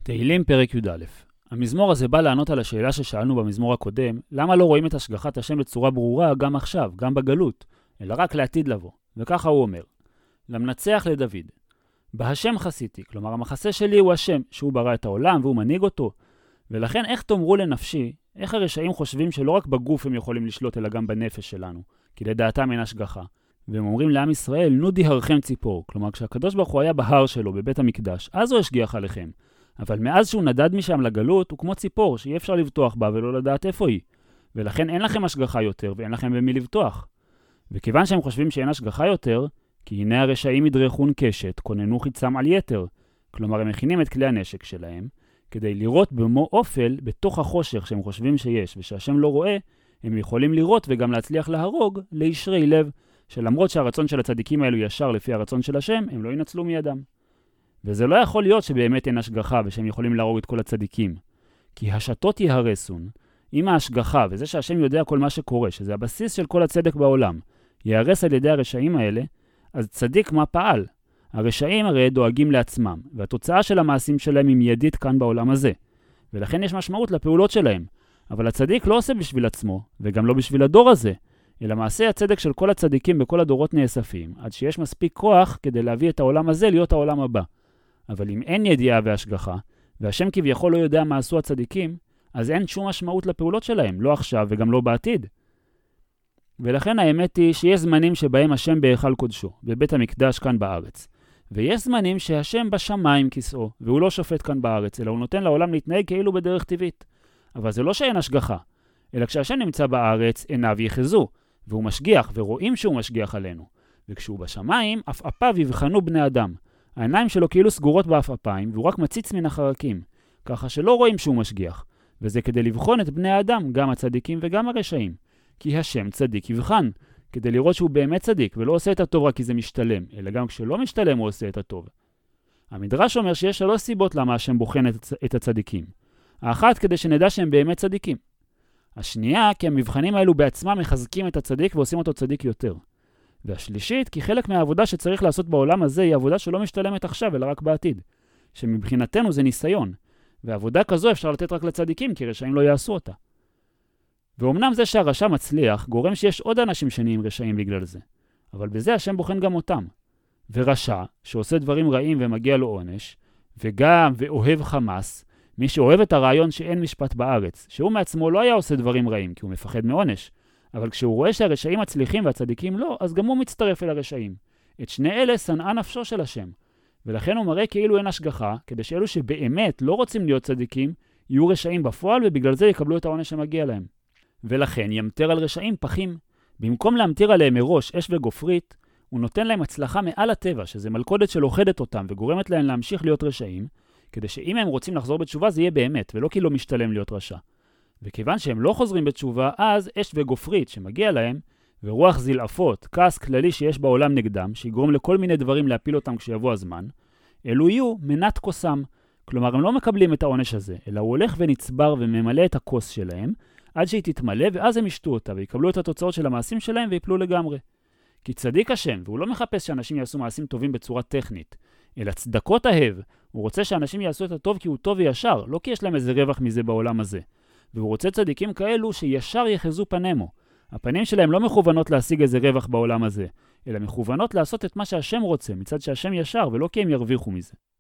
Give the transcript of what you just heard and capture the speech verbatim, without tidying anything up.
תהילים פרק י"א. המזמור הזה בא לענות על השאלה ששאלנו במזמור הקודם, למה לא רואים את השגחת השם בצורה ברורה גם עכשיו, גם בגלות, אלא רק לעתיד לבוא. וככה הוא אומר, למנצח לדוד, בהשם חסיתי, כלומר המחסה שלי הוא השם, שהוא ברא את העולם והוא מנהיג אותו, ולכן איך תאמרו לנפשי, איך הרשעים חושבים שלא רק בגוף הם יכולים לשלוט אלא גם בנפש שלנו, כי לדעתם אין השגחה. והם אומרים לעם ישראל, נודי הרכם ציפור, כלומר כשהקדוש ברוך הוא היה בהר שלו בבית המקדש, אז הוא השגיח עליכם. אבל מאז שהוא נדד משם לגלות, הוא כמו ציפור שאי אפשר לבטוח בה ולא לדעת איפה היא. ולכן אין לכם השגחה יותר ואין לכם במי לבטוח. וכיוון שהם חושבים שאין השגחה יותר, כי הנה הרשעים ידרכון קשת, כוננו חיצם על יתר. כלומר, הם מכינים את כלי הנשק שלהם, כדי לראות במו אופל בתוך החושך שהם חושבים שיש, ושהשם לא רואה, הם יכולים לראות וגם להצליח להרוג לישרי לב, שלמרות שהרצון של הצדיקים האלו ישר לפי הרצון של השם, הם לא ינצלו מידם. וזה לא יכול להיות שבאמת אין השגחה ושהם יכולים להרוג את כל הצדיקים. כי השתות יהרסון, עם ההשגחה וזה שהשם יודע כל מה שקורה, שזה הבסיס של כל הצדק בעולם, יהרס על ידי הרשעים האלה, אז צדיק מה פעל? הרשעים הרי דואגים לעצמם, והתוצאה של המעשים שלהם היא מיידית כאן בעולם הזה. ולכן יש משמעות לפעולות שלהם. אבל הצדיק לא עושה בשביל עצמו, וגם לא בשביל הדור הזה, אלא מעשה הצדק של כל הצדיקים בכל הדורות נאספים, עד שיש מספיק כוח כדי להביא את העולם הזה להיות העולם הבא. אבל אם אין ידיעה והשגחה, והשם כביכול לא יודע מה עשו הצדיקים, אז אין שום משמעות לפעולות שלהם, לא עכשיו וגם לא בעתיד. ולכן האמת היא שיש זמנים שבהם השם בהיכל קודשו, בבית המקדש כאן בארץ. ויש זמנים שהשם בשמיים כיסאו, והוא לא שופט כאן בארץ, אלא הוא נותן לעולם להתנהג כאילו בדרך טבעית. אבל זה לא שאין השגחה, אלא כשהשם נמצא בארץ, עיניו יחזו, והוא משגיח, ורואים שהוא משגיח עלינו. וכשהוא בשמיים, עפעפיו יבחנו בני אדם. העיניים שלו כאילו סגורות באפעפיים, והוא רק מציץ מן החרקים, ככה שלא רואים שהוא משגיח. וזה כדי לבחון את בני האדם, גם הצדיקים וגם הרשעים. כי השם צדיק יבחן, כדי לראות שהוא באמת צדיק, ולא עושה את הטוב רק כי זה משתלם, אלא גם כשלא משתלם הוא עושה את הטוב. המדרש אומר שיש שלוש סיבות למה השם בוחן את, את הצדיקים. האחת כדי שנדע שהם באמת צדיקים. השנייה כי המבחנים האלו בעצמם מחזקים את הצדיק ועושים אותו צדיק יותר. והשלישית, כי חלק מהעבודה שצריך לעשות בעולם הזה היא עבודה שלא משתלמת עכשיו, אלא רק בעתיד. שמבחינתנו זה ניסיון. ועבודה כזו אפשר לתת רק לצדיקים, כי רשעים לא יעשו אותה. ואומנם זה שהרשע מצליח, גורם שיש עוד אנשים שנהיים רשעים בגלל זה. אבל בזה השם בוחן גם אותם. ורשע, שעושה דברים רעים ומגיע לו עונש, וגם ואוהב חמאס, מי שאוהב את הרעיון שאין משפט בארץ, שהוא מעצמו לא היה עושה דברים רעים, כי הוא מפחד מעונש. אבל כשהוא רואה שהרשעים מצליחים והצדיקים לא, אז גם הוא מצטרף אל הרשעים. את שני אלה שנאה נפשו של השם. ולכן הוא מראה כאילו אין השגחה, כדי שאלו שבאמת לא רוצים להיות צדיקים, יהיו רשעים בפועל ובגלל זה יקבלו את העונש שמגיע להם. ולכן ימתר על רשעים פחים. במקום להמתיר עליהם מראש אש וגופרית, הוא נותן להם הצלחה מעל הטבע, שזה מלכודת שלוחדת אותם וגורמת להם להמשיך להיות רשעים, כדי שאם הם רוצים לחזור בתשובה זה יהיה באמת, ולא כי לא משתלם להיות רשע. וכיוון שהם לא חוזרים בתשובה, אז אש וגופרית שמגיע להם, ורוח זלעפות, כעס כללי שיש בעולם נגדם, שיגרום לכל מיני דברים להפיל אותם כשיבוא הזמן, אלו יהיו מנת כוסם. כלומר, הם לא מקבלים את העונש הזה, אלא הוא הולך ונצבר וממלא את הכוס שלהם, עד שהיא תתמלא, ואז הם ישתו אותה, ויקבלו את התוצאות של המעשים שלהם ויפלו לגמרי. כי צדיק השם, והוא לא מחפש שאנשים יעשו מעשים טובים בצורה טכנית, אלא צדקות אהב. הוא רוצה שאנשים יעשו את הטוב כי הוא טוב וישר, לא כי יש להם איזה רווח מזה בעולם הזה. והוא רוצה צדיקים כאלו שישר יחזו פנימו. הפנים שלהם לא מכוונות להשיג איזה רווח בעולם הזה, אלא מכוונות לעשות את מה שהשם רוצה, מצד שהשם ישר, ולא כי הם ירוויחו מזה.